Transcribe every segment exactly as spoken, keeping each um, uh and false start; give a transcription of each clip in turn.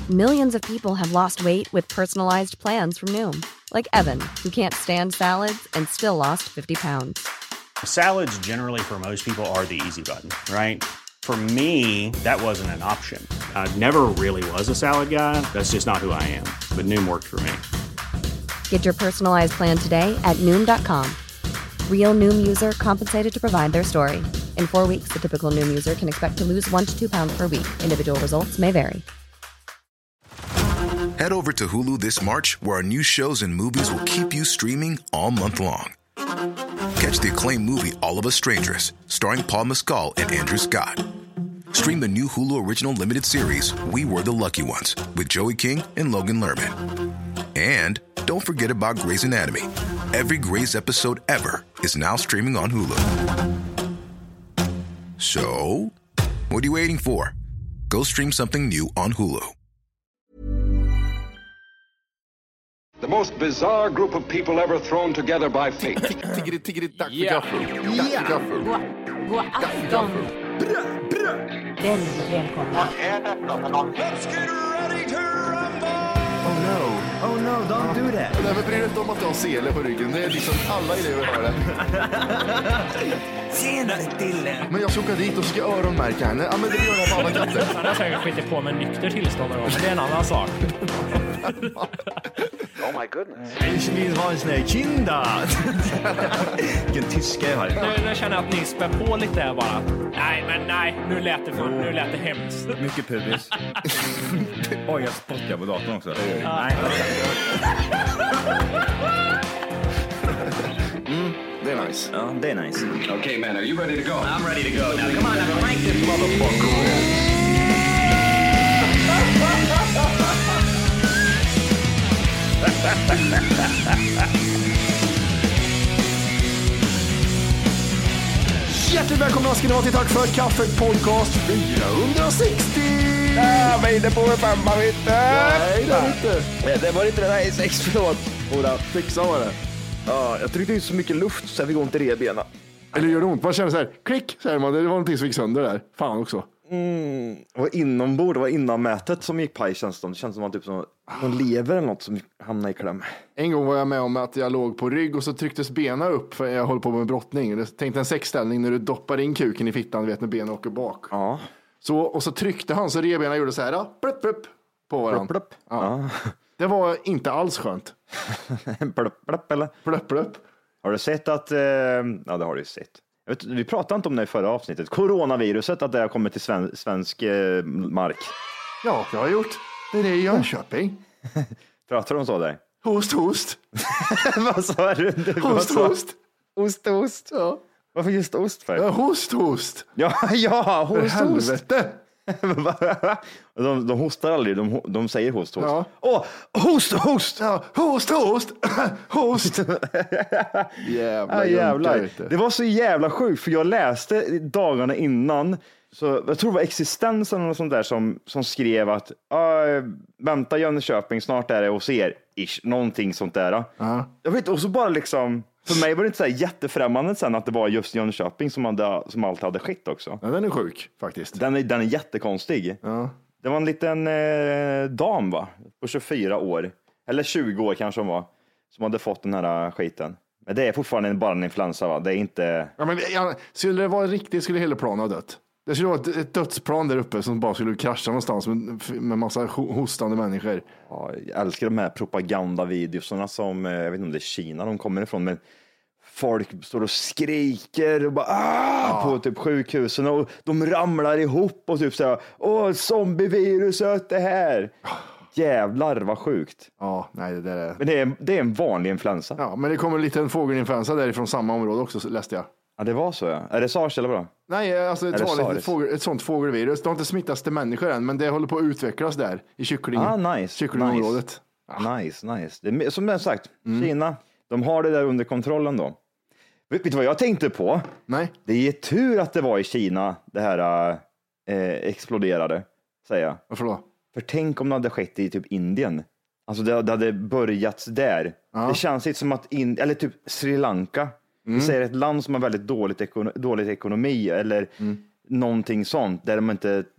Millions of people have lost weight with personalized plans from Noom. Like Evan, who can't stand salads and still lost fifty pounds. Salads generally for most people are the easy button, right? For me, that wasn't an option. I never really was a salad guy. That's just not who I am. But Noom worked for me. Get your personalized plan today at Noom dot com. Real Noom user compensated to provide their story. In four weeks, the typical Noom user can expect to lose one to two pounds per week. Individual results may vary. Head over to Hulu this March, where our new shows and movies will keep you streaming all month long. Catch the acclaimed movie All of Us Strangers, starring Paul Mescal and Andrew Scott. Stream the new Hulu original limited series We Were the Lucky Ones with Joey King and Logan Lerman. And don't forget about Grey's Anatomy. Every Grey's episode ever is now streaming on Hulu. So, what are you waiting for? Go stream something new on Hulu. The most bizarre group of people ever thrown together by fate. Tiggeri, tiggeri, dack för gaffel. Dack för gaffel. God afton. Väldigt välkomna. Let's get ready to rumble! Oh no. Oh no, don't do that. Nej, men bry dig inte om att du har sele på ryggen. Det är liksom alla elever har det. Senare till. Men jag ska åka dit och ska öronmärka henne. Ja, men det gör jag på alla katter. Han har säkert skitit på med nykter tillstånd någon gång, men det är en annan sak. Oh my goodness. Ich vill ha en sån här kinda. Vilken tyska jag har. Nu, nu känner jag att ni spär på lite här bara. Nej, men nej. Nu lät det, för, nu lät det hemskt. Mycket pubis. Oj, jag spottar på datorn också. Nej. Mm, det är nice. Ja, det är nice. Okay, man, are you ready to go? I'm ready to go now. Come on, now crank this motherfucker. Hjärtligt välkomna ska ni vara till Tack för kaffet podcast fyrahundrasextio. Ja, vad är det på en femma, vet du? Nej, det är inte. Nej, det var inte den här sex, förlåt. Oda, fixa var det. Ja, jag tryckte ut så mycket luft så jag fick ont i revbenen. Eller gör det ont? Man känner så här, klick, säger man. Det var någonting som gick sönder där. Fan också. Mm, det var inombord, det var innanmätet som gick paj, känns det. Det känns som att typ som någon lever eller något som hamnade i kläm. En gång var jag med om att jag låg på rygg och så trycktes benen upp för jag håller på med brottning. Tänk en sexställning när du doppar in kuken i fittan, vet när benen åker bak. Ja. Så, och så tryckte han så revbenen gjorde så här, plupp, plupp, på varandra. Plupp, plupp. Ja. Det var inte alls skönt. plupp, plupp, eller? Plupp, plupp. Har du sett att, eh, ja det har du sett. Jag vet, vi pratade inte om det i förra avsnittet. Coronaviruset, att det har kommit till sven, svensk eh, mark. Ja, det har jag gjort. Det är det i Jönköping. Pratar de så där? Host, host. Vad sa du? Host, host. Ost, ost. Ja. Varför just ost för? Ja, host, host. Ja, ja, host, host. Helvete. de, de hostar aldrig, de, de säger host, host. Ja. Åh, host, host. Ja, host, host. Host. Ja, Jävlar, jävlar. Det var så jävla sjukt, för jag läste dagarna innan, så jag tror det var Existensen eller något sånt där som, som skrev att vänta Jönköping, snart är det hos er. Ish, någonting sånt där. Ja. Jag vet, och så bara liksom, för mig var det inte så här jättefrämmande sen att det var just Jönköping som, hade, som allt hade skett också. Ja, den är sjuk faktiskt. Den är, den är jättekonstig. Ja. Det var en liten eh, dam va, på tjugofyra år, eller tjugo år kanske hon var, som hade fått den här skiten. Men det är fortfarande bara en influensa va, det är inte... Ja, men, ja, skulle det vara riktigt skulle hela planen ha dött. Det skulle vara ett, ett dödsplan där uppe som bara skulle krascha någonstans med, med massa hostande människor. Ja, jag älskar de här propagandavideorna som, jag vet inte om det är Kina de kommer ifrån, men folk står och skriker och bara ah! Ja. På typ sjukhusen och de ramlar ihop och typ såhär, åh zombieviruset det här. Jävlar vad sjukt. Ja, nej det där är... Men det är, det är en vanlig influensa. Ja, men det kommer en liten fågelinfluensa därifrån samma område också, läste jag. Ja, det var så ja. Är det SARS eller vad? Nej, alltså ett, vanligt, ett, fågel, ett sånt fågelvirus. Det har inte smittats till människor än, men det håller på att utvecklas där i kyckling, ah, nice. kycklingområdet. Nice, ah. nice. nice. Det är, som jag sagt, mm. Kina, de har det där under kontrollen då. Vet du vad jag tänkte på? Nej. Det är tur att det var i Kina det här äh, exploderade, säger jag. Varför då? För tänk om det hade skett i typ Indien. Alltså det, det hade börjat där. Ja. Det känns inte som att, in, eller typ Sri Lanka. Mm. Vi säger ett land som har väldigt dåligt, ekono, dåligt ekonomi eller mm. någonting sånt. Där de inte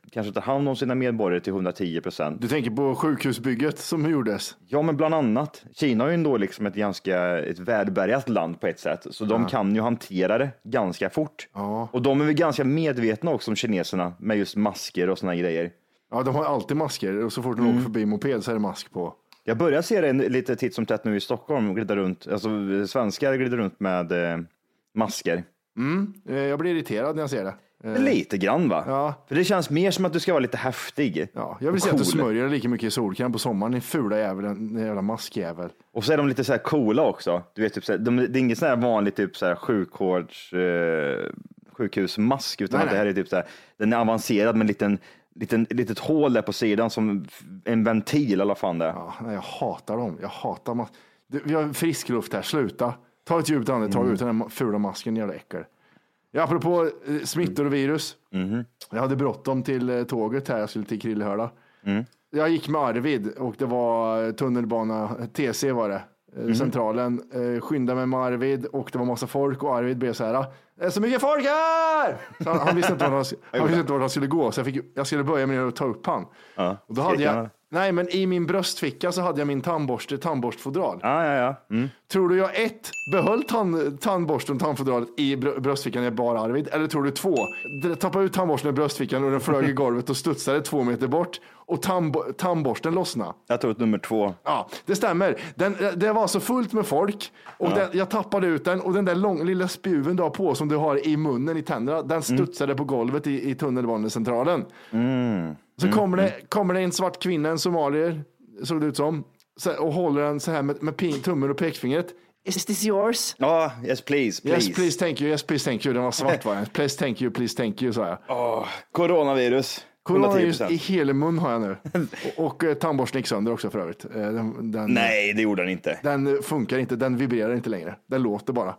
kanske tar hand om sina medborgare till hundratio procent. Du tänker på sjukhusbygget som gjordes? Ja, men bland annat. Kina är ju ändå liksom ett ganska ett välbärgat land på ett sätt, så de ja. kan ju hantera det ganska fort. Ja. Och de är väl ganska medvetna också om kineserna med just masker och såna grejer. Ja, de har alltid masker och så fort de mm. åker förbi moped så är det mask på. Jag börjar se det lite titt som tätt nu i Stockholm, glider runt, alltså svenskar glider runt med eh, masker. Mm. Jag blir irriterad när jag ser det. Lite grann va? Ja. För det känns mer som att du ska vara lite häftig. Ja, jag vill se cool. Att du smörjer lika mycket i solkräm på sommaren, en fula jävel, en jävla maskjävel. Och så är de lite så här coola också. Du vet, typ så här, de, det är ingen sån här vanlig typ så här sjukvårds eh, sjukhusmask, utan nej, att det här är typ så här, den är avancerad med en liten liten litet hål där på sidan som en ventil i alla fall där. Ja, nej, jag hatar dem. Jag hatar mas- vi har frisk luft här, sluta. Ta ett djupt andetag mm. ut den här fula masken, jävla äckel. Ja, apropå eh, smittor och virus. Mm. Jag hade bråttom till eh, tåget här, jag skulle till Krillehörda. Mm. Jag gick med Arvid och det var tunnelbana, T C var det, eh, mm. centralen. Eh, skynda mig med Arvid och det var massa folk och Arvid blev så här: det är så mycket folk här! Så han, han visste inte vart han, han, visste inte vart han skulle gå, så jag, fick, jag skulle börja med att ta upp han. Ja, och då hade jag, nej, men i min bröstficka så hade jag min tandborste, tandborstfodral. Ja, ja, ja. Mm. Tror du jag ett behöll tand, tandborsten och tandfodralet i bröstfickan när jag bar Arvid? Eller tror du två, tappade ut tandborsten i bröstfickan och den flög i golvet och studsade två meter bort och tandbo- tandborsten lossnade? Jag tror att nummer två. Ja, det stämmer. Den, det var så fullt med folk och ja. den, jag tappade ut den och den där lång, lilla spjuven du har på som du har i munnen, i tänderna, den studsade mm. på golvet i, i tunnelbanecentralen. Mm. Så mm. kommer, det, kommer det en svart kvinna, en somalier, såg det ut som, och håller den så här med, med ping, tummen och pekfingret. Is this yours? Ja, oh, yes please, please. Yes please, thank you, yes please, thank you. Den var svart va? Please, thank you, please, thank you, sa jag. Oh, coronavirus. Coronavirus i hela mun har jag nu. och och eh, tandborsten gick sönder också för övrigt. Eh, den, den, Nej, det gjorde den inte. Den funkar inte, den vibrerar inte längre. Den låter bara.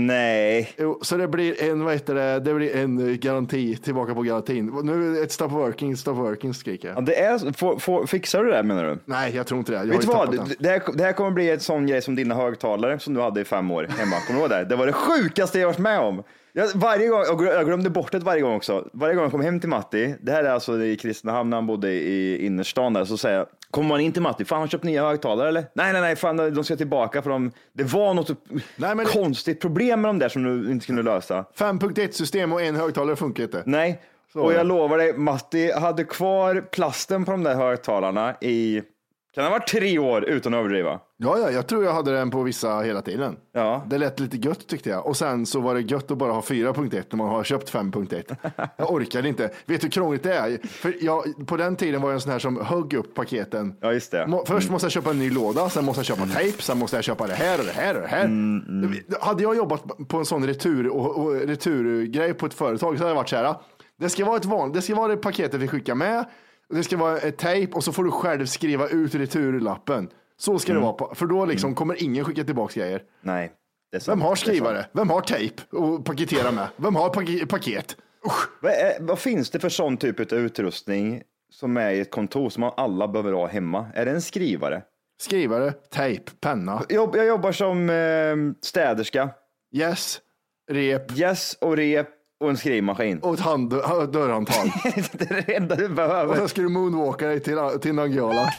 Nej. Jo, så det blir en, vad heter det, det blir en garanti, tillbaka på garantin. Nu är det ett stop working, stop working skriker jag. Ja, det är, får, får, fixar du det menar du? Nej, jag tror inte det. Jag Vet du vad, det här, det här kommer bli ett sån grej som dina högtalare som du hade i fem år hemma. Kommer du ihåg det? Det var det sjukaste jag varit med om. Jag, varje gång, jag glömde bort det varje gång också. Varje gång jag kom hem till Matti, det här är alltså i Kristinehamn när han bodde i innerstan där, så säger jag, kommer man in till Matti, fan har han köpt nya högtalare eller? Nej, nej, nej, fan de ska tillbaka för de, det var något nej, men konstigt det... problem med de där som du inte kunde lösa. fem punkt ett system och en högtalare funkar inte. Nej, så. Och jag lovar dig, Matti hade kvar plasten på de där högtalarna i, kan det ha varit tre år utan att överdriva? Ja, ja, jag tror jag hade den på vissa hela tiden. Ja. Det lät lite gött tyckte jag. Och sen så var det gött att bara ha fyra punkt ett när man har köpt fem punkt ett. Jag orkade inte. Vet du hur krångligt det är? För jag, på den tiden var jag en sån här som högg upp paketen. Ja, just det. Må, först måste jag köpa en ny låda, sen måste jag köpa tejp, sen måste jag köpa det här och det här och det här. Mm, mm. Hade jag jobbat på en sån retur och, och returgrej på ett företag så hade det varit så här. Det ska vara ett vanligt, det ska vara det paketet vi skickar med. Det ska vara ett tejp och så får du själv skriva ut returlappen. Så ska mm. det vara, för då liksom mm. kommer ingen skicka tillbaka grejer. Nej. Det är Vem har skrivare? Vem har tejp och paketera med? Vem har pak- paket? Vad, är, vad finns det för sån typ av utrustning som är i ett kontor som alla behöver ha hemma? Är det en skrivare? Skrivare, tejp, penna. Jag, jag jobbar som eh, städerska. Yes, rep. Yes och rep. Och en skrivmaskin. Och ett hand, dörrhandtag. Det är det enda du behöver. Och sen ska du moonwalka dig till, till Nangijala.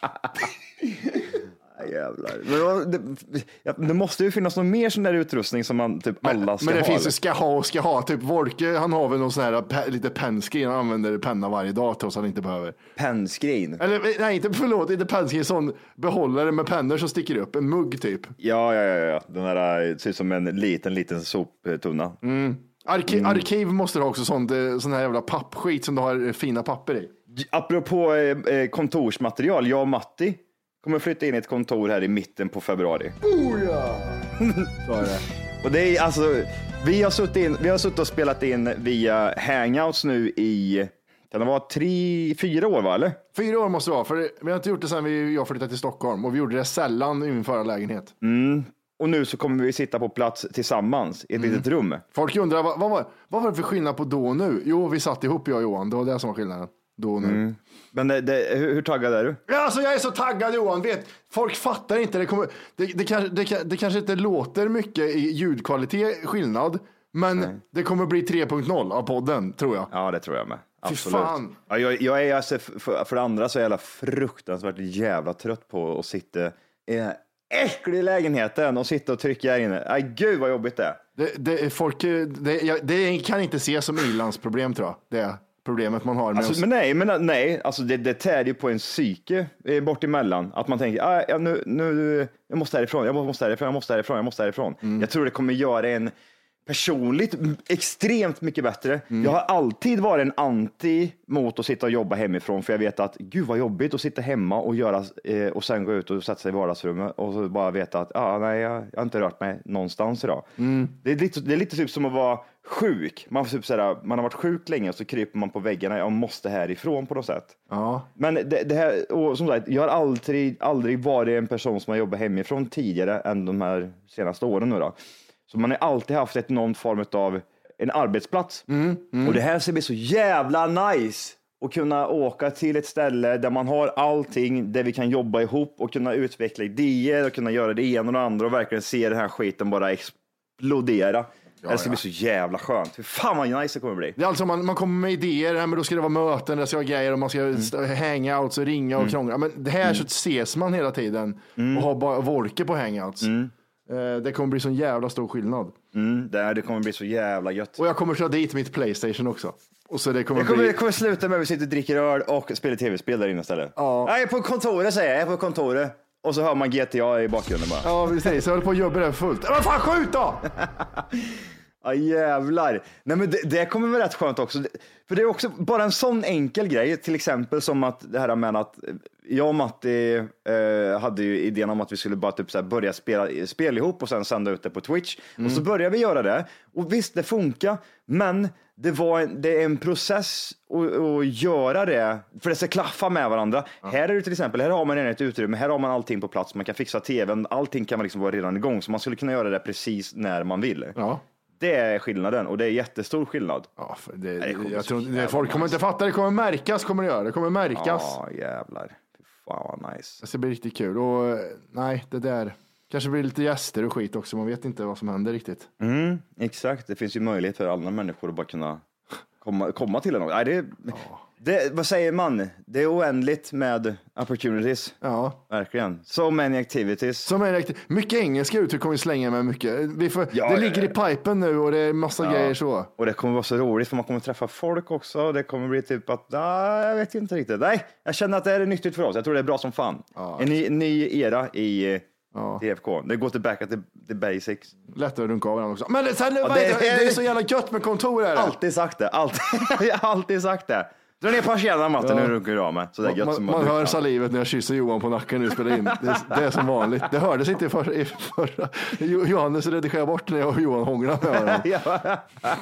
Jävlar. Men det, det måste ju finnas någon mer sån där utrustning som man typ alla men, ska men det ha. finns ju ska ha och ska ha. Typ Volke, han har väl någon sån här pe, lite pennskrin. Han använder penna varje dag trots att han inte behöver. Pennskrin? Eller nej, inte förlåt, inte pennskrin. Sån behållare med pennor som sticker upp. En mugg typ. Ja, ja, ja. ja. Den där ser ut som en liten, liten soptunna. Mm. Arki- mm. Arkiv måste du ha också sånt, sån här jävla pappskit som du har fina papper i. Apropå eh, kontorsmaterial, jag och Matti kommer flytta in i ett kontor här i mitten på februari. Oh ja! Så är det. Och det är alltså, vi har suttit in, vi har suttit och spelat in via Hangouts nu i, kan det vara tre, fyra år va eller? Fyra år måste det vara, för vi har inte gjort det sedan vi, jag flyttade till Stockholm och vi gjorde det sällan i min förra lägenhet. Mm. Och nu så kommer vi sitta på plats tillsammans i ett mm. litet rum. Folk undrar, vad, vad, var, vad var det för skillnad på då och nu? Jo, vi satt ihop jag och Johan, det var det som var skillnaden. Då och nu. Mm. Men det, det, hur, hur taggad är du? Ja, alltså jag är så taggad Johan, vet, folk fattar inte. Det, kommer, det, det, kanske, det, det kanske inte låter mycket i ljudkvalitet skillnad, men Nej. det kommer bli tre punkt noll av podden, tror jag. Ja, det tror jag med. Absolut. fan. Ja, jag, jag är alltså, för, för det andra så är jag fruktansvärt jävla trött på att sitta i den här äckliga lägenheten och sitta och trycka här inne. Aj, gud vad jobbigt det är. Det, det, folk, det, jag, det kan inte ses som ilandsproblem tror jag. Det är problemet man har med alltså, oss. Men nej, men nej alltså det, det tär ju på en psyke bort emellan. Att man tänker, ah, ja, nu, nu, jag måste härifrån, jag måste härifrån, jag måste härifrån, jag måste härifrån. Mm. Jag tror det kommer göra en personligt extremt mycket bättre. Mm. Jag har alltid varit en anti mot att sitta och jobba hemifrån, för jag vet att gud vad jobbigt att sitta hemma och göra eh, och sen gå ut och sätta sig i vardagsrummet och så bara veta att ah, nej, jag, jag har inte rört mig någonstans idag. Mm. Det är lite, det är lite typ som att vara sjuk. Man, typ såhär, man har varit sjuk länge och så kryper man på väggarna. Jag måste härifrån på något sätt. Ja. Men det, det här, och som sagt, jag har aldrig, aldrig varit en person som har jobbat hemifrån tidigare än de här senaste åren nu då. Så man har alltid haft ett någon form av en arbetsplats. Mm, mm. Och det här ska bli så jävla nice att kunna åka till ett ställe där man har allting, där vi kan jobba ihop och kunna utveckla idéer och kunna göra det ena och det andra och verkligen se den här skiten bara explodera. Ja, det ska ja. bli så jävla skönt. Hur fan vad nice det kommer bli. Det är alltså man, man kommer med idéer, men då ska det vara möten, det ska vara grejer och man ska mm. hangouts och ringa och mm. krångla. Men det här mm. så ses man hela tiden mm. och har bara vorke på hangouts. Mm. Det kommer bli sån jävla stor skillnad. Mm, det, det kommer bli så jävla gött. Och jag kommer köra dit mitt PlayStation också. Och så det kommer, jag kommer, bli... jag kommer sluta med att vi sitter och dricker öl och spelar tv-spel där inne istället. Ja. Jag är på kontoret säger jag, jag är på kontoret. Och så hör man G T A i bakgrunden bara. Ja, precis. Jag håller på att jobba där fullt. Vad fan, skjut då! Ja, jävlar. Nej, men det, det kommer vara rätt skönt också. För det är också bara en sån enkel grej. Till exempel som att det här med att jag och Matti eh, hade ju idén om att vi skulle bara typ så här börja spela spel ihop och sen sända ut det på Twitch. Mm. Och så började vi göra det. Och visst, det funkar. Men det, var en, det är en process att, att göra det. För det ska klaffa med varandra. Ja. Här är det till exempel, här har man redan ett utrymme. Här har man allting på plats. Man kan fixa tvn. Allting kan man liksom vara redan igång. Så man skulle kunna göra det precis när man vill. Ja. Det är skillnaden och det är jättestor skillnad. Ja, det, det jag tror, det, folk kommer inte fatta, det kommer märkas, kommer det göra. Det kommer märkas. Ja, jävlar. Fan vad nice. Det ska bli riktigt kul. Och nej, det där kanske blir lite gäster och skit också. Man vet inte vad som händer riktigt. Mm, exakt. Det finns ju möjlighet för alla människor att bara kunna komma, komma till en. Nej, det, ja. det, vad säger man? Det är oändligt med opportunities. Ja. Verkligen. So many activities. So many acti- mycket engelska uttryck kommer vi slänga med mycket. Vi får, ja, det ja, ligger ja. i pipen nu och det är massa ja. grejer så. Och det kommer vara så roligt för man kommer träffa folk också. Och det kommer bli typ att, ah, jag vet inte riktigt. Nej, jag känner att det är nyttigt för oss. Jag tror det är bra som fan. Ja. En ny, ny era i ja. T F K. Det går tillbaka till the basics. Lättare att runka av varandra också. Men sen, ja, det, det, det är så jävla gött med kontor här. Alltid sagt det. Alltid, jag har alltid sagt det. Dra ner persiennerna, Matte, ja. nu runkar du av med. Så det är gött man som man hör salivet när jag kysser Johan på nacken nu spelar in. Det, det är som vanligt. Det hördes inte i förra. I förra. Johannes redigerade bort när jag och Johan hånglade med varandra.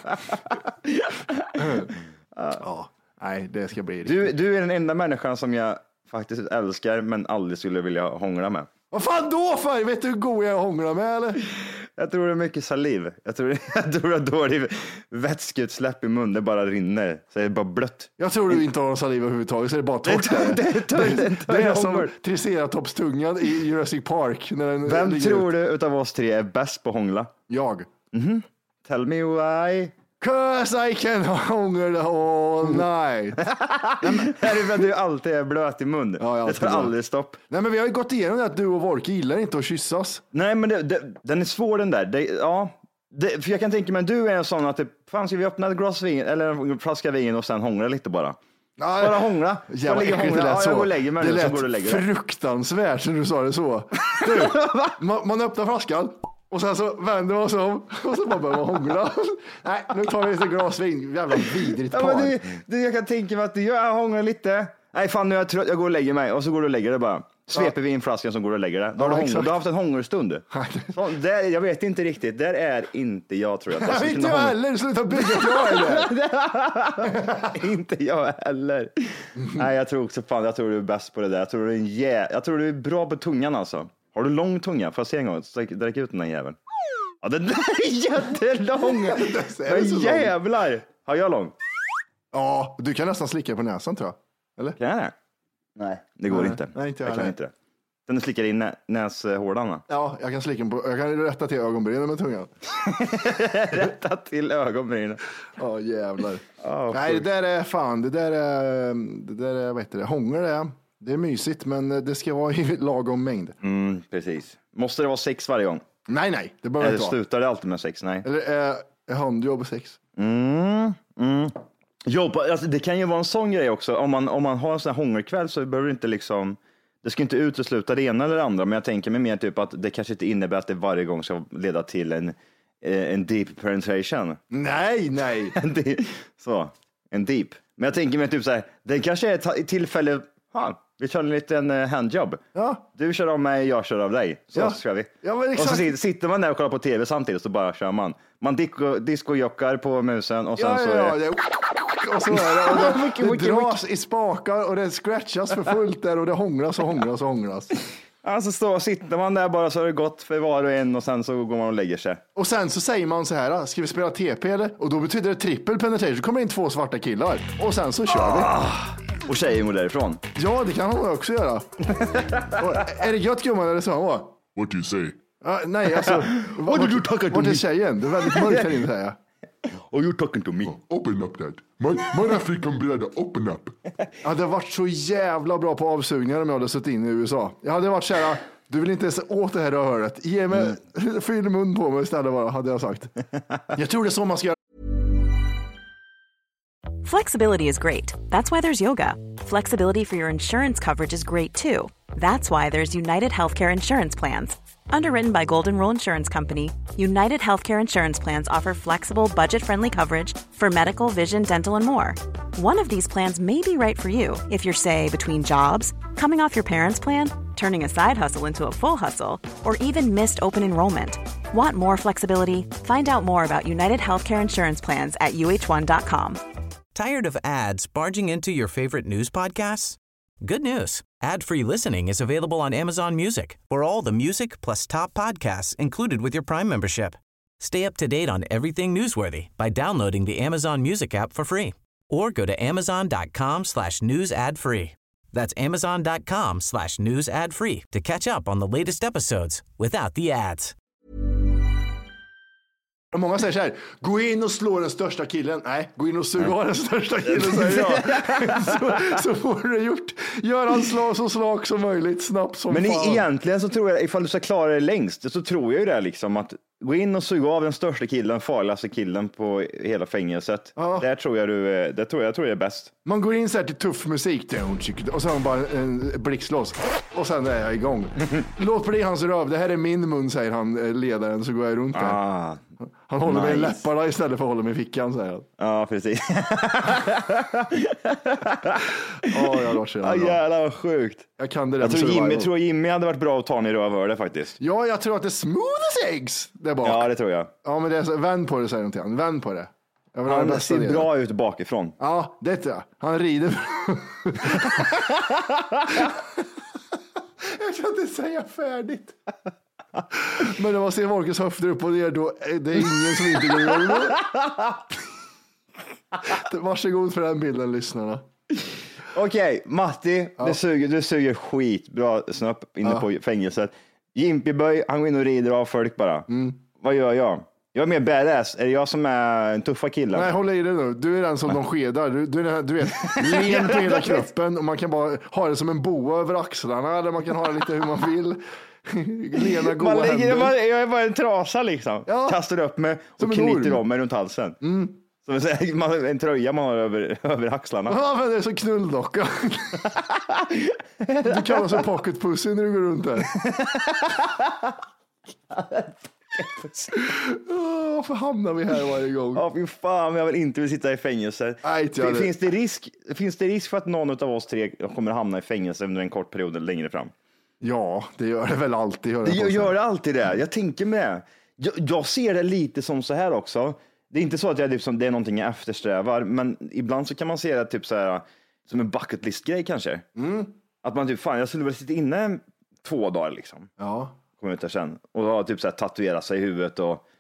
Ja, nej, det ska bli du, du är den enda människan som jag faktiskt älskar men aldrig skulle vilja hångla med. Vad fan då för? Vet du hur god jag är att hångla med eller? Jag tror det är mycket saliv. Jag tror, jag tror det är dålig vätskeutsläpp i munnen, det bara rinner. Så det är bara blött. Jag tror du inte har någon saliv överhuvudtaget, så det är bara torrt. Det, det, det, det, det, det är som triceratopstungan i Jurassic Park. När den Vem tror ut. du utav oss tre är bäst på att hångla? Jag. Mm-hmm. Tell me why. Cause I can hångla all night. Det är för att du alltid är blöt i mun. Ja, det tar aldrig stopp. Nej, men vi har ju gått igenom det att du och Volke gillar inte att kyssas. Nej, men det, det, den är svår den där. Det, ja, det, för jag kan tänka mig att du är en sån att det, fan, ska vi öppna ett glas vin eller en flaska vin och sen hångla lite bara. Ja, bara hångla. Jävla äckligt det lät ja, så. Jag går och lägger mig det nu, lät så går du och lägger fruktansvärt när du sa det så. Du, man, man öppnar flaskan. Och sen så vänder man sig om och så bara börjar man hångla. Nej, nu tar vi lite glas vin. Jävla vidrigt par. Ja, det, det, jag kan tänka mig att du gör hånglar lite. Nej, fan nu är jag trött. Jag går och lägger mig. Och så går du och lägger det bara. Sveper ja. vi in flaskan som går och lägger det. Då har, ja, du, hångel, du har haft en hångelstund. Så, där, jag vet inte riktigt. Där är inte jag, tror jag. Jag vet inte jag heller. Sluta bygga att jag är där. Inte jag heller. Nej, jag tror också fan. Jag tror du är bäst på det där. Jag tror du är, en jä... jag tror du är bra på tungan alltså. Har du lång tunga? Får jag se en gång? Dräck ut den här jäveln. Ja, den är jättelång. Men jävlar. Har jag lång? Ja, du kan nästan slicka på näsan, tror jag. Eller? Kan jag det? Nej, det går nej, inte. Nej, inte jag, jag kan inte det. Den slickar in nä- näshårdarna. Ja, jag kan slicka på, jag kan rätta till ögonbrynen med tungan. Rätta till ögonbrynen. Ja, oh, jävlar. Oh, Nej, det där är fan, det där är, det där är, vad heter det, hångel det. Det är mysigt, men det ska vara i lagom mängd. Mm, precis. Måste det vara sex varje gång? Nej, nej, det behöver Eller inte vara. slutar det alltid med sex? Nej. Eller är, är handjobb sex? Mm, mm. Jo, alltså, det kan ju vara en sån grej också. Om man, om man har en sån här hångelkväll så behöver det inte liksom, det ska inte utesluta det ena eller det andra, men jag tänker mig mer typ att det kanske inte innebär att det varje gång ska leda till en, en deep penetration. Nej, nej. En deep, så, en deep. Men jag tänker mig typ så här, det kanske är ett tillfälle, ha, vi kör en liten handjob. Ja. Du kör av mig, jag kör av dig. Så Ja. ska vi. Ja, men exakt. Och så sitter man där och kollar på tv samtidigt så bara kör man. Man disco, discojockar på musen och sen Ja, så ja, ja. är Det, och så är det. Och det, Mycket, det mycket, dras i spakar och det scratchas för fullt där och det hånglas och hånglas och hånglas. Alltså så sitter man där bara så har det gått för var och en och sen så går man och lägger sig. Och sen så säger man så här, ska vi spela T P eller? Och då betyder det trippel penetration, så kommer in två svarta killar. Och sen så kör ah, vi. Och tjejen går därifrån. Ja, det kan hon också göra. Och, är det gött gumman eller så? What do you say? Uh, nej, alltså. What did you talking to Vart är me? tjejen? Det är väldigt mörkt här inne, säger jag. Oh, you're talking to me. Open up that. My, my African brother, open up. Jag hade varit så jävla bra på avsugningar om jag hade suttit inne i U S A. Jag hade varit så här, du vill inte ens åt det här röret. Ge mig, mm. fyll mun på mig istället bara, hade jag sagt. Jag tror det är så man ska göra. Flexibility is great. That's why there's yoga. Flexibility for your insurance coverage is great too. That's why there's United Healthcare Insurance Plans. Underwritten by Golden Rule Insurance Company, United Healthcare Insurance Plans offer flexible, budget-friendly coverage for medical, vision, dental, and more. One of these plans may be right for you if you're, say, between jobs, coming off your parents' plan, turning a side hustle into a full hustle, or even missed open enrollment. Want more flexibility? Find out more about United Healthcare Insurance Plans at U H one dot com. Tired of ads barging into your favorite news podcasts? Good news. Ad-free listening is available on Amazon Music for all the music plus top podcasts included with your Prime membership. Stay up to date on everything newsworthy by downloading the Amazon Music app for free or go to amazon.com slash news ad free. That's amazon.com slash news ad free to catch up on the latest episodes without the ads. Många säger så här, gå in och slå den största killen. Nej, gå in och suga av den största killen, säger jag. så, så får du det gjort. Gör han slag så slag som möjligt, snabbt som Men fan. egentligen så tror jag, ifall du ska klara det längst, så tror jag ju det liksom att gå in och suga av den största killen, farligaste killen på hela fängelset. Ja. Där tror jag du, det tror jag, jag tror jag är bäst. Man går in så här till tuff musik och så har man bara en blixtlås och sen är jag igång. Låt bli hans röv, det här är min mun, säger han, ledaren, så går jag runt där. Ah. Han håller nice. Mig i läpparna istället för att hålla mig i fickan, säger han. Ja, precis. Åh, oh, jag låter ja, jävlar vad sjukt. Jag kan det där. Jag tror Jimmy, tror Jimmy hade varit bra att ta ner rövhörde faktiskt. Ja, jag tror att det är smooth as eggs där bak. Ja, det tror jag. Ja, men det är så, vänd på det, säger han. Vänd på det. Han ser delen. Bra ut bakifrån. Ja, det tror jag. Han rider. Jag kan inte säga färdigt. Men när man ser Volkes höfter upp och ner, då det är ingen som inte går igång. Varsågod för den bilden, lyssnarna. Okej, okay, Matti, ja. du, suger, du suger skit bra snöpp inne ja. på fängelset. Jimpy-böj, han går in och rider av folk bara. Mm. Vad gör jag? Jag är mer badass. Är det jag som är en tuffa killen? Nej, håll i det nu. Du är den som de skedar. Du, du, är, du vet, len på hela kroppen och man kan bara ha det som en boa över axlarna, eller man kan ha det lite hur man vill. Lena goa man lägger, händer. Man, jag är bara en trasa liksom. Ja. Kastar upp mig och knyter om mig runt halsen. Mm. Som en, en tröja man har över, över axlarna. Ja, men det är så knulldocka. Du kallar sig pocket pussy när du går runt där. Oh, varför hamnar vi här varje gång? Ja, fy fan, jag vill inte vill sitta i fängelse. Nej, det. Finns det risk, finns det risk för att någon av oss tre kommer hamna i fängelse under en kort period längre fram? Ja, det gör det väl alltid. Gör det det gör det alltid det. Jag tänker med. Jag, jag ser det lite som så här också. Det är inte så att jag, liksom, det är någonting jag eftersträvar, men ibland så kan man se det typ så här, som en bucket list-grej kanske. Mm. Att man typ, fan, jag skulle väl sitta inne två dagar liksom. Ja. Kommer ut där sen. Och ha typ så här tatuera sig i huvudet och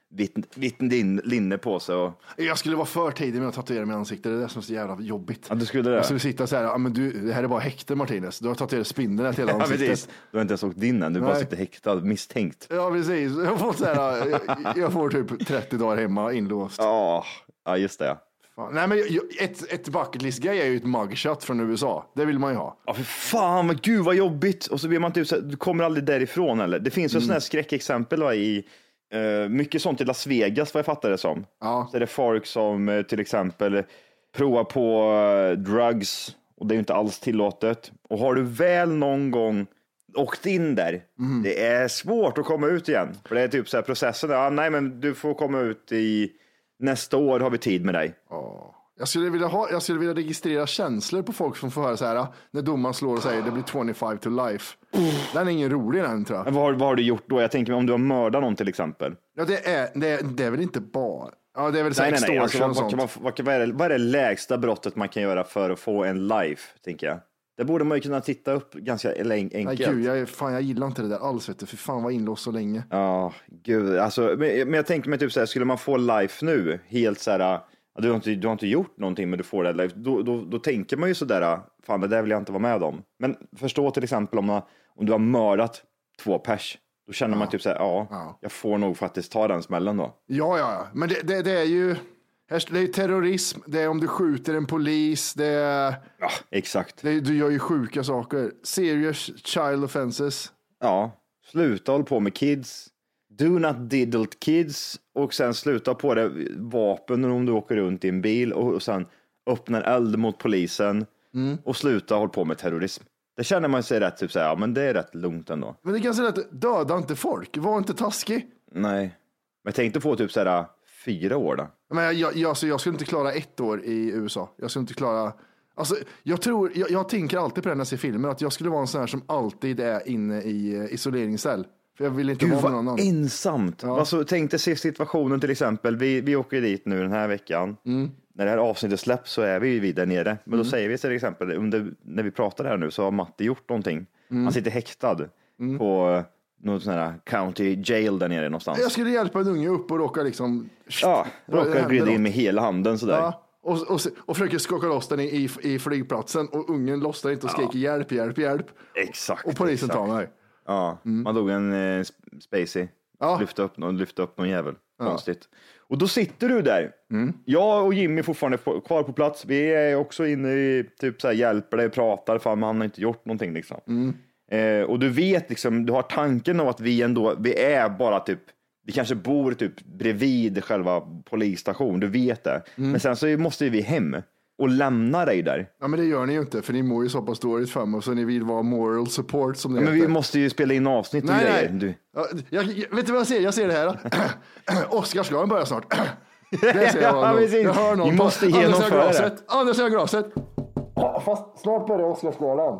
vitt, vitt linne på sig. Och... Jag skulle vara för tidig med att tatuera mig i ansiktet. Det är det som är så jävla jobbigt. Ja, du skulle det. Jag skulle sitta så här, ja, men du, det här är bara häkte Martinez. Du har tatuerat spindeln hela ja, ansiktet. Precis. Du har inte ens åkt in än, du Nej. bara sitter häktad, misstänkt. Ja, precis. Jag får, så här, jag, jag får typ trettio dagar hemma inlåst. Ja, ja just det. Fan. Nej, men ett, ett bucket list-grej är ju ett mugshot från U S A. Det vill man ju ha. Ja, för fan, men gud vad jobbigt. Och så blir man typ så här, du kommer aldrig därifrån eller? Det finns ju mm. sådana här skräckexempel va, i uh, mycket sånt i Las Vegas vad jag fattar det som. Ja. Så är det folk som uh, till exempel provar på uh, drugs och det är ju inte alls tillåtet. Och har du väl någon gång åkt in där, mm. det är svårt att komma ut igen. För det är typ så här processen, ja, nej men du får komma ut i nästa år har vi tid med dig. Oh. Jag skulle vilja ha, jag skulle vilja registrera känslor på folk som får höra så här när domaren slår och säger det blir tjugofem to life. Mm. Den är ingen rolig den tror jag. Men vad, har, vad har du gjort då? Jag tänker om du har mördat någon till exempel. Ja, det är, det är, det är väl inte bara... Ja, det är väl så nej, nej, nej. Alltså, vad, sånt. Vad, vad, vad, är det, vad är det lägsta brottet man kan göra för att få en life, tänker jag? Det borde man ju kunna titta upp ganska enkelt. Nej, gud, jag, fan, jag gillar inte det där alls, vet du. För fan var inlåst så länge. Ja, gud. Alltså, men, men jag tänker mig typ så här, skulle man få life nu, helt så här, du har inte, du har inte gjort någonting men du får det life, då, då, då tänker man ju så där, fan det där vill jag inte vara med om. Men förstå till exempel om, man, om du har mördat två pers, då känner ja. man typ så här, ja, ja, jag får nog faktiskt ta den smällen då. Ja, ja, ja. Men det, det, det är ju... Det är terrorism, det är om du skjuter en polis, det är... Ja, exakt. Det är, du gör ju sjuka saker. Serious child offenses. Ja, sluta hålla på med kids. Do not diddle kids. Och sen sluta på det vapen om du åker runt i en bil och, och sen öppnar eld mot polisen. Mm. Och sluta hålla på med terrorism. Det känner man sig rätt, typ så här, ja men det är rätt lugnt ändå. Men det kan säga att döda inte folk, var inte taskig. Nej, men jag tänkte få typ så här fyra år då. Men jag, jag, jag, alltså, jag skulle inte klara ett år i U S A. Jag skulle inte klara... Alltså, jag, tror, jag, jag tänker alltid på det när jag ser filmer, att jag skulle vara en sån här som alltid är inne i isoleringscell. För jag vill inte Gud, vara med någon annan. Ensamt. Ja. Alltså, tänk dig se situationen till exempel. Vi, vi åker dit nu den här veckan. Mm. När det här avsnittet släpps så är vi, vi där nere. Men mm. då säger vi till exempel, under, när vi pratar här nu så har Matti gjort någonting. Mm. Han sitter häktad mm. på... någon sån här county jail där nere någonstans. Jag skulle hjälpa en unge upp och råka liksom... Ja, råka glida in med hela handen sådär. Ja, och, och, och försöker skaka loss den i, i, i flygplatsen och ungen lossar inte och skriker ja. hjälp, hjälp, hjälp. Exakt. Och polisen exakt. tar mig. Ja, mm. man dog en eh, Spacey. Ja. Lyfte upp någon, lyfte upp någon jävel. Konstigt. Ja. Och då sitter du där. Mm. Jag och Jimmy är fortfarande kvar på plats. Vi är också inne i typ så här, hjälper dig, pratar, fan man har inte gjort någonting liksom. Mm. Eh, och du vet liksom, du har tanken av att vi ändå, vi är bara typ, vi kanske bor typ bredvid själva polisstation, du vet det. Mm. Men sen så måste vi hem och lämna dig där. Ja men det gör ni ju inte, för ni mår ju så pass dåligt för mig, så ni vill vara moral support som det ja, heter. Men vi måste ju spela in avsnitt och nej, grejer. Nej. Du. Ja, jag, jag, vet du vad jag ser? Jag ser det här. Oscarsgalan börjar snart. Det ser jag. Ja, jag hör någon. Vi måste genomföra det. Andra sidan glaset. Ja, fast snart börjar Oscarsgalan.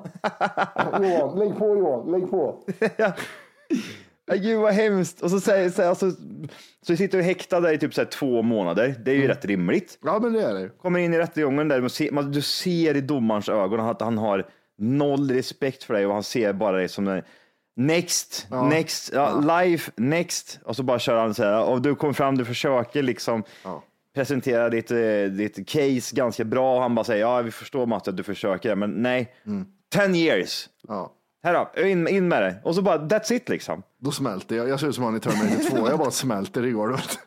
Johan, lägg på Johan, lägg på. Ja. Gud vad hemskt. Och så, säger, så, alltså, så sitter du häktad där i typ så här två månader. Det är ju mm. rätt rimligt. Ja men det är det. Kommer in i rättegången där, se, man, du ser i domarens ögon att han har noll respekt för dig och han ser bara dig som en next, ja. next, ja, ja. life, next. Och så bara kör han så här, och du kommer fram, du försöker liksom ja. presentera ditt, ditt case ganska bra. Han bara säger, ja vi förstår Matt att du försöker, men nej, mm. ten years. Ja. Här då, in, in med det. Och så bara, that's it liksom. Då smälter jag. Jag ser ut som han i Terminator två. Jag bara smälter i golvet.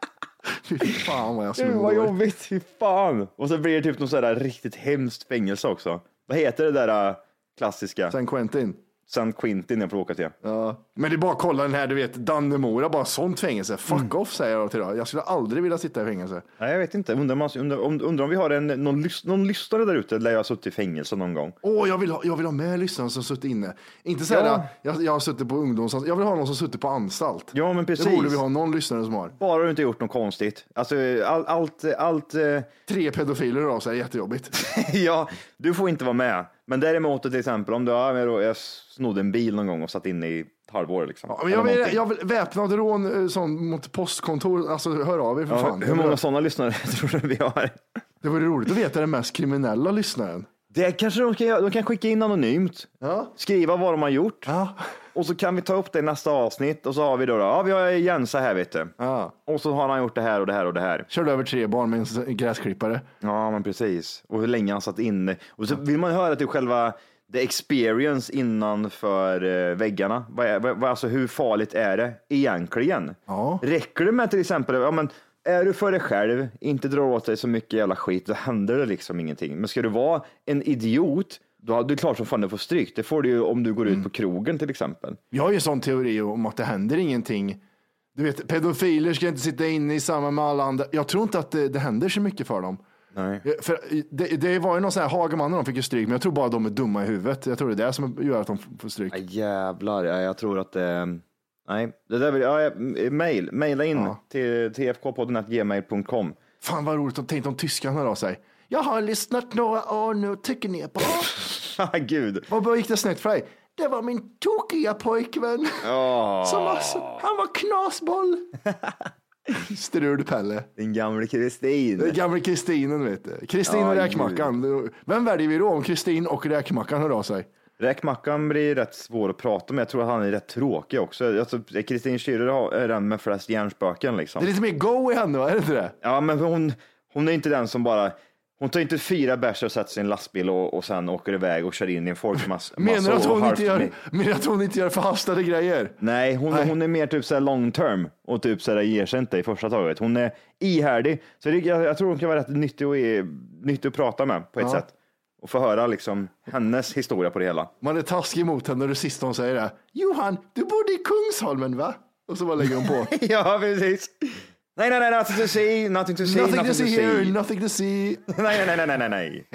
Fy fan vad jag smälter. Det var jobbigt, fy fan. Och så blir det typ något sådär riktigt hemskt fängelse också. Vad heter det där uh, klassiska? San Quentin. San Quentin jag får åka till. Ja. Men det är bara att kolla den här, du vet, Dannemora, bara sånt fängelse. Fuck mm. off säger jag till det. Jag skulle aldrig vilja sitta i fängelse. Nej, jag vet inte. Undrar, man, undrar, undrar om vi har en, någon, lys, någon lyssnare där ute där jag har suttit i fängelse någon gång. Åh, oh, jag, vill ha, jag vill ha med lyssnare som suttit inne. Inte säga ja. jag, jag har suttit på ungdomsanstalt. Jag vill ha någon som suttit på anstalt. Ja, men precis. Det borde vi ha någon lyssnare som har. Bara du inte gjort något konstigt. Alltså, all, allt... allt uh... Tre pedofiler av sig är jättejobbigt. Ja, du får inte vara med. Men däremot till exempel om du har, jag snodde en bil någon gång och satt inne i ett halvår liksom. Ja, men jag, vill, jag vill väpnad rån sån, mot postkontor, alltså hör av er för ja, fan. Hur många sådana lyssnare tror du vi har? Det vore roligt att veta den mest kriminella lyssnaren. Det kanske de kan göra. De kan skicka in anonymt. Ja. Skriva vad de har gjort. Ja. Och så kan vi ta upp det i nästa avsnitt. Och så har vi då, då ja vi har Jensa här vet du. Ja. Och så har han gjort det här och det här och det här. Körde över tre barn med en gräsklippare. Ja men precis. Och hur länge han satt inne. Och så vill man höra till själva the experience innanför uh, väggarna. Vad är, vad, alltså hur farligt är det egentligen? Ja. Räcker det med till exempel, ja men är du för dig själv, inte drar åt dig så mycket jävla skit, då händer det liksom ingenting. Men ska du vara en idiot, då hade du klart som fan du får stryk. Det får du ju om du går ut på krogen till exempel. Jag har ju en sån teori om att det händer ingenting. Du vet, pedofiler ska inte sitta inne i samma med alla andra. Jag tror inte att det, det händer så mycket för dem. Nej. För det, det var ju någon sån här Hagaman de fick ju stryk, men jag tror bara de är dumma i huvudet. Jag tror det är det som gör att de får stryk. Ja, jävlar, ja, jag tror att det... Nej, det där vill jag... Ja, mail, maila in ja. till t f k podden at gmail punkt com. Fan vad roligt, de tänkte om tyskarna hör av sig. Jag har lyssnat några år nu, tycker ni är bra? Gud. Vad gick det snett för dig? Det var min tokiga pojkvän. Oh. Som var, han var knasboll. Strul-Pelle. Din gamle Kristin. Den gamle Kristinen vet du. Kristin oh, och räkmackan. Vem väljer vi då om Kristin och räkmackan hör av sig? Räkmackan blir rätt svår att prata med. Jag tror att han är rätt tråkig också. Alltså, Kristin Schürrer är den med flest hjärnspöken liksom. Det är lite mer go i henne va? Är det inte det? Ja men hon, hon är inte den som bara... Hon tar inte fyra bärs och sätter sig i en lastbil och, och sen åker iväg och kör in i en folkmass. Menar du att hon inte gör, menar att hon inte gör förhastade grejer? Nej, hon, Nej. hon är mer typ så här long term och typ så här ger sig inte i första taget. Hon är ihärdig. Så det, jag, jag tror hon kan vara rätt nyttig, och är, nyttig att prata med på ett ja. sätt. Och få höra liksom hennes historia på det hela. Man är taskig mot henne och det sista hon säger är Johan, du bodde i Kungsholmen va? Och så bara lägger hon på. Ja, precis. Nej, nej, nej, nothing to see, nothing to see, nothing, nothing to see here, nothing to see. Nej, nej, nej, nej, nej, nej.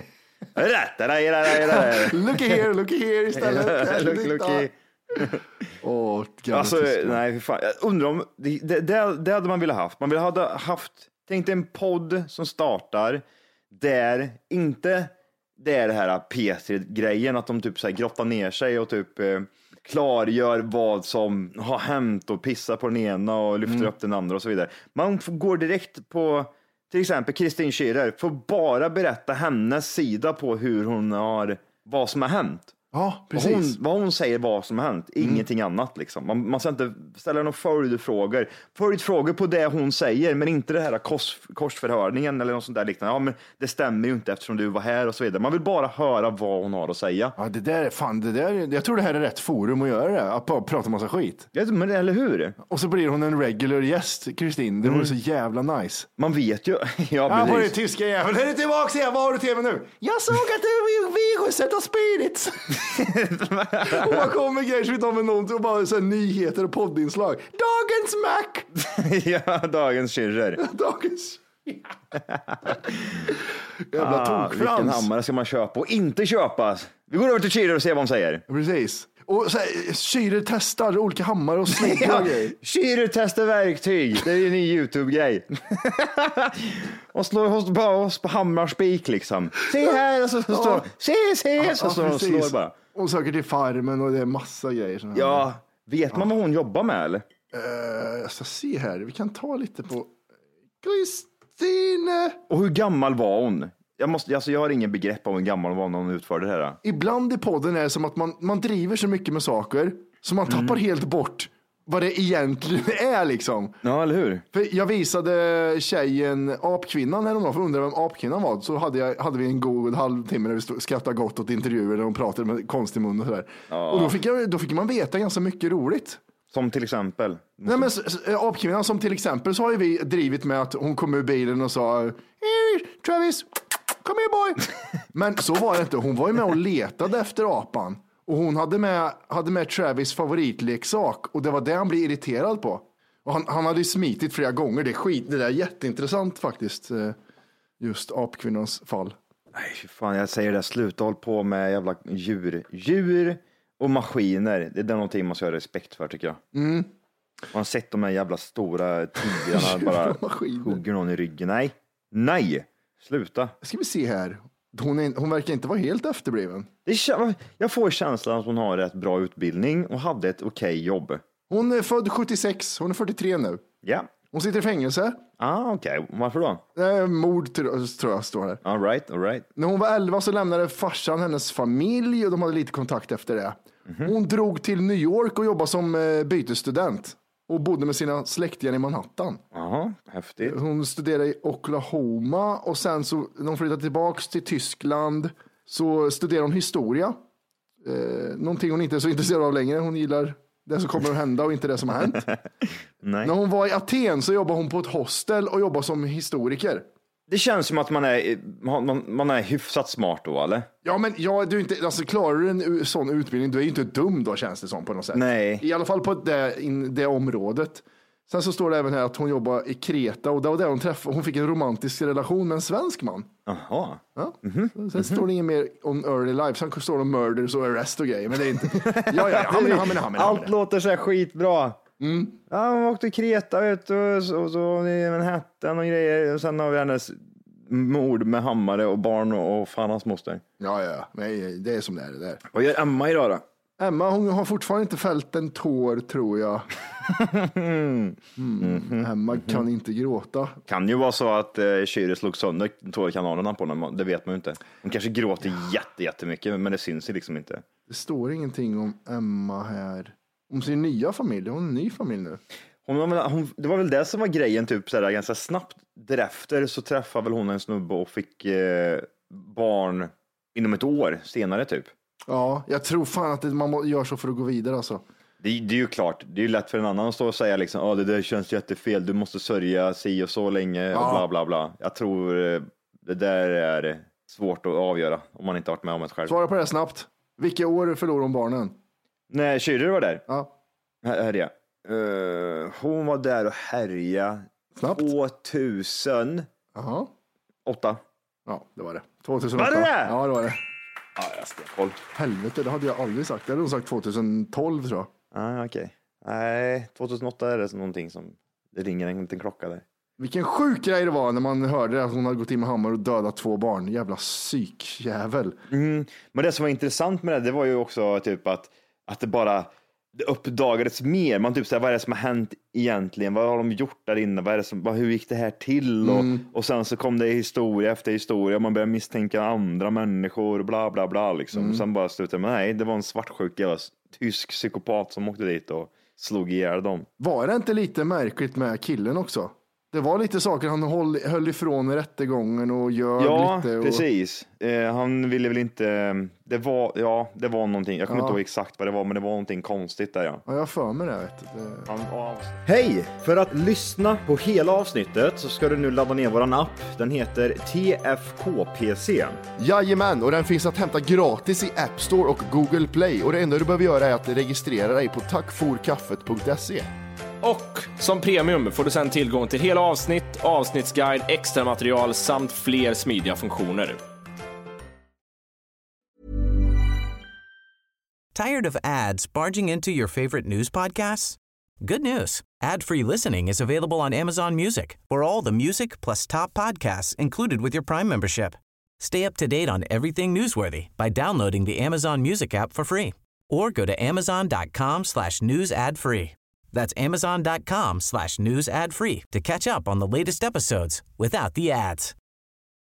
Looky here, looky here istället. look, looky. Åh, alltså, nej, fan. Jag undrar om, det, det, det hade man velat haft. Man ville ha haft, tänk dig en podd som startar där, inte det är det här P tre-grejen, att de typ så här grottar ner sig och typ eh, klargör vad som har hänt och pissar på den ena och lyfter mm. upp den andra och så vidare. Man går direkt på till exempel Kristin Schürrer, får bara berätta hennes sida på hur hon har, vad som har hänt. Ja, precis. Hon, vad hon säger, vad som har hänt. Mm. Ingenting annat liksom. Man, man ska inte ställa några följdfrågor. Följdfrågor på det hon säger, men inte det här kors, korsförhörningen eller något sånt där liknande. Ja, men det stämmer ju inte eftersom du var här och så vidare. Man vill bara höra vad hon har att säga. Ja, det där, fan, det där, jag tror det här är rätt forum att göra det. Att prata massa skit. Ja, men eller hur? Och så blir hon en regular gäst, Kristin. Det mm. vore så jävla nice. Man vet ju. Ja, ja var det tyska jäveln. Är du tillbaka igen? Vad har du till mig nu? Jag såg att det viruset har spridits. Och man kommer grejer så vi tar med någonting och bara så här, nyheter och poddinslag. Dagens Mac! Ja, dagens Schürrer. Dagens jävla ah, tokfrans. Vilken hammare ska man köpa och inte köpa? Vi går över till Schürrer och ser vad de säger. Precis. Och så här, Schürrer testar olika hammare och släggar och grejer. Schürrer testar verktyg. Det är ju en ny YouTube-grej. Och slår hos på oss på hammarspik liksom. Se här, och så står ja. Se, se, så står ja, och slår bara. Och söker till Farmen och det är massa grejer. Ja, vet man ja. vad hon jobbar med eller? Uh, jag ska se här, vi kan ta lite på Kristine. Och hur gammal var hon? Jag, måste, alltså jag har ingen begrepp om hur gammal hon var när hon utförde det här. Ibland i podden är det som att man, man driver så mycket med saker så man tappar mm. helt bort vad det egentligen är liksom. Ja, eller hur? För jag visade tjejen apkvinnan här om för undrar vem apkvinnan var. Så hade, jag, hade vi en god halvtimme när vi stod, skrattade gott åt intervjuer där de pratade med konstig mun och sådär. Ja. Och då fick, jag, då fick man veta ganska mycket roligt. Som till exempel? Nej men apkvinnan som till exempel så har ju vi drivit med att hon kom ur bilen och sa hey, Travis, kom here boy. Men så var det inte. Hon var ju med och letade efter apan. Och hon hade med, hade med Travis favoritleksak. Och det var det han blev irriterad på. Och han, han hade ju smitit flera gånger. Det är skit, det där är jätteintressant faktiskt. Just apkvinnans fall. Nej, fan, jag säger det. Sluta håll på med jävla djur. Djur och maskiner. Det är någonting man ska ha respekt för tycker jag. Mm. Man har sett de här jävla stora tigrarna bara hugger någon i ryggen. Nej, nej. Sluta. Ska vi se här. Hon, är, hon verkar inte vara helt efterbliven. Det är, jag får känslan att hon har rätt bra utbildning och hade ett okej jobb. Hon är född sjuttiosex, hon är fyrtiotre nu. Ja, Hon sitter i fängelse. Ah, okej. Okay. Varför då? Eh, mord tror jag står här. All right, all right. När hon var elva så lämnade farsan hennes familj och de hade lite kontakt efter det. Mm-hmm. Hon drog till New York och jobbade som eh, bytesstudent och bodde med sina släktingar i Manhattan. Jaha, häftigt. Hon studerade i Oklahoma och sen så när hon flyttade tillbaka till Tyskland så studerade hon historia. Eh, någonting hon inte är så intresserad av längre. Hon gillar det som kommer att hända och inte det som har hänt. Nej. När hon var i Aten så jobbade hon på ett hostel och jobbade som historiker. Det känns som att man är, man, man är hyfsat smart då, eller? Ja, men ja, du inte, alltså, klarar du en sån utbildning, du är ju inte dum då, känns det som på något sätt. Nej. I alla fall på det, in, det området. Sen så står det även här att hon jobbar i Kreta och det var där hon träffade, hon fick en romantisk relation med en svensk man. Jaha. Ja. Mm-hmm. Sen mm-hmm. står det inget mer on early life, sen står det murders och arrest och grejer, men det är inte... Ja, ja, ja, hamina, hamina, hamina, allt låter så här skitbra. Mm. Ja, hon åkte till Kreta, vet du, och så, så i Manhattan och grejer, och sen har vi hennes mord med hammare och barn och, och fan hans moster. Ja, ja, men det är som det är det där. Vad gör Emma idag då? Emma, hon har fortfarande inte fällt en tår, tror jag. Mm. Mm. Emma kan inte gråta. Kan ju vara så att eh, Kyrie slog sönder tårkanalerna på honom, det vet man ju inte. Hon kanske gråter jätte, jättemycket, men det syns ju liksom inte. Det står ingenting om Emma här. Om sin nya familj, hon är en ny familj nu. Hon, hon, det var väl det som var grejen, typ sådär, ganska snabbt därefter så träffade väl hon en snubbe och fick eh, barn inom ett år senare typ. Ja, jag tror fan att det, man gör så för att gå vidare alltså. Det, det är ju klart, det är ju lätt för en annan att stå och säga liksom, ah, det där känns jättefel, du måste sörja si och så länge ja. och bla bla bla. Jag tror eh, det där är svårt att avgöra om man inte har varit med om det själv. Svara på det snabbt. Vilka år förlorade hon barnen? När Kyrie var där? Ja. Här, här är jag. Uh, hon var där och härja tvåtusen Aha. åtta. Ja, det var det. tvåtusenåtta. Var det det? Ja, det var det. Ja, jag stenkoll. Helvete, det hade jag aldrig sagt. Det hade hon sagt tjugotolv tror jag. Ah, okej. Okay. Nej, tjugohundraåtta är det någonting som det ringer en liten klocka där. Vilken sjuk grej det var när man hörde att hon hade gått in med hammare och dödat två barn. Jävla psykjävel. Mm. Men det som var intressant med det, det var ju också typ att, att det bara det uppdagades mer. Man typ säger, vad är det som har hänt egentligen? Vad har de gjort där inne? Vad är det som, vad, hur gick det här till? Mm. Och, och sen så kom det historia efter historia. Man började misstänka andra människor, bla bla bla liksom. Mm. Sen bara slutade med, nej, det var en svartsjuk jävla tysk psykopat som åkte dit och slog ihjäl dem. Var det inte lite märkligt med killen också? Det var lite saker han höll, höll ifrån i rättegången och gör ja, lite. Och... precis. Eh, han ville väl inte, det var, ja, det var någonting, jag kommer ja. inte ihåg exakt vad det var, men det var någonting konstigt där, ja. Ja, jag för mig det, vet du. Det... Han, ja. Hej! För att lyssna på hela avsnittet så ska du nu ladda ner våran app. Den heter T F K P C. Jajamän, och den finns att hämta gratis i App Store och Google Play. Och det enda du behöver göra är att registrera dig på tackforkaffet punkt se. Och som premium får du sedan tillgång till hela avsnitt, avsnittsguide, extra material samt fler smidiga funktioner. Tired of ads barging into your favorite news podcasts? Good news. Ad-free listening is available on Amazon Music for all the music plus top podcasts included with your Prime membership. Stay up to date on everything newsworthy by downloading the Amazon Music app for free or go to amazon.com slash news ad free. That's amazon.com slash news ad free to catch up on the latest episodes without the ads.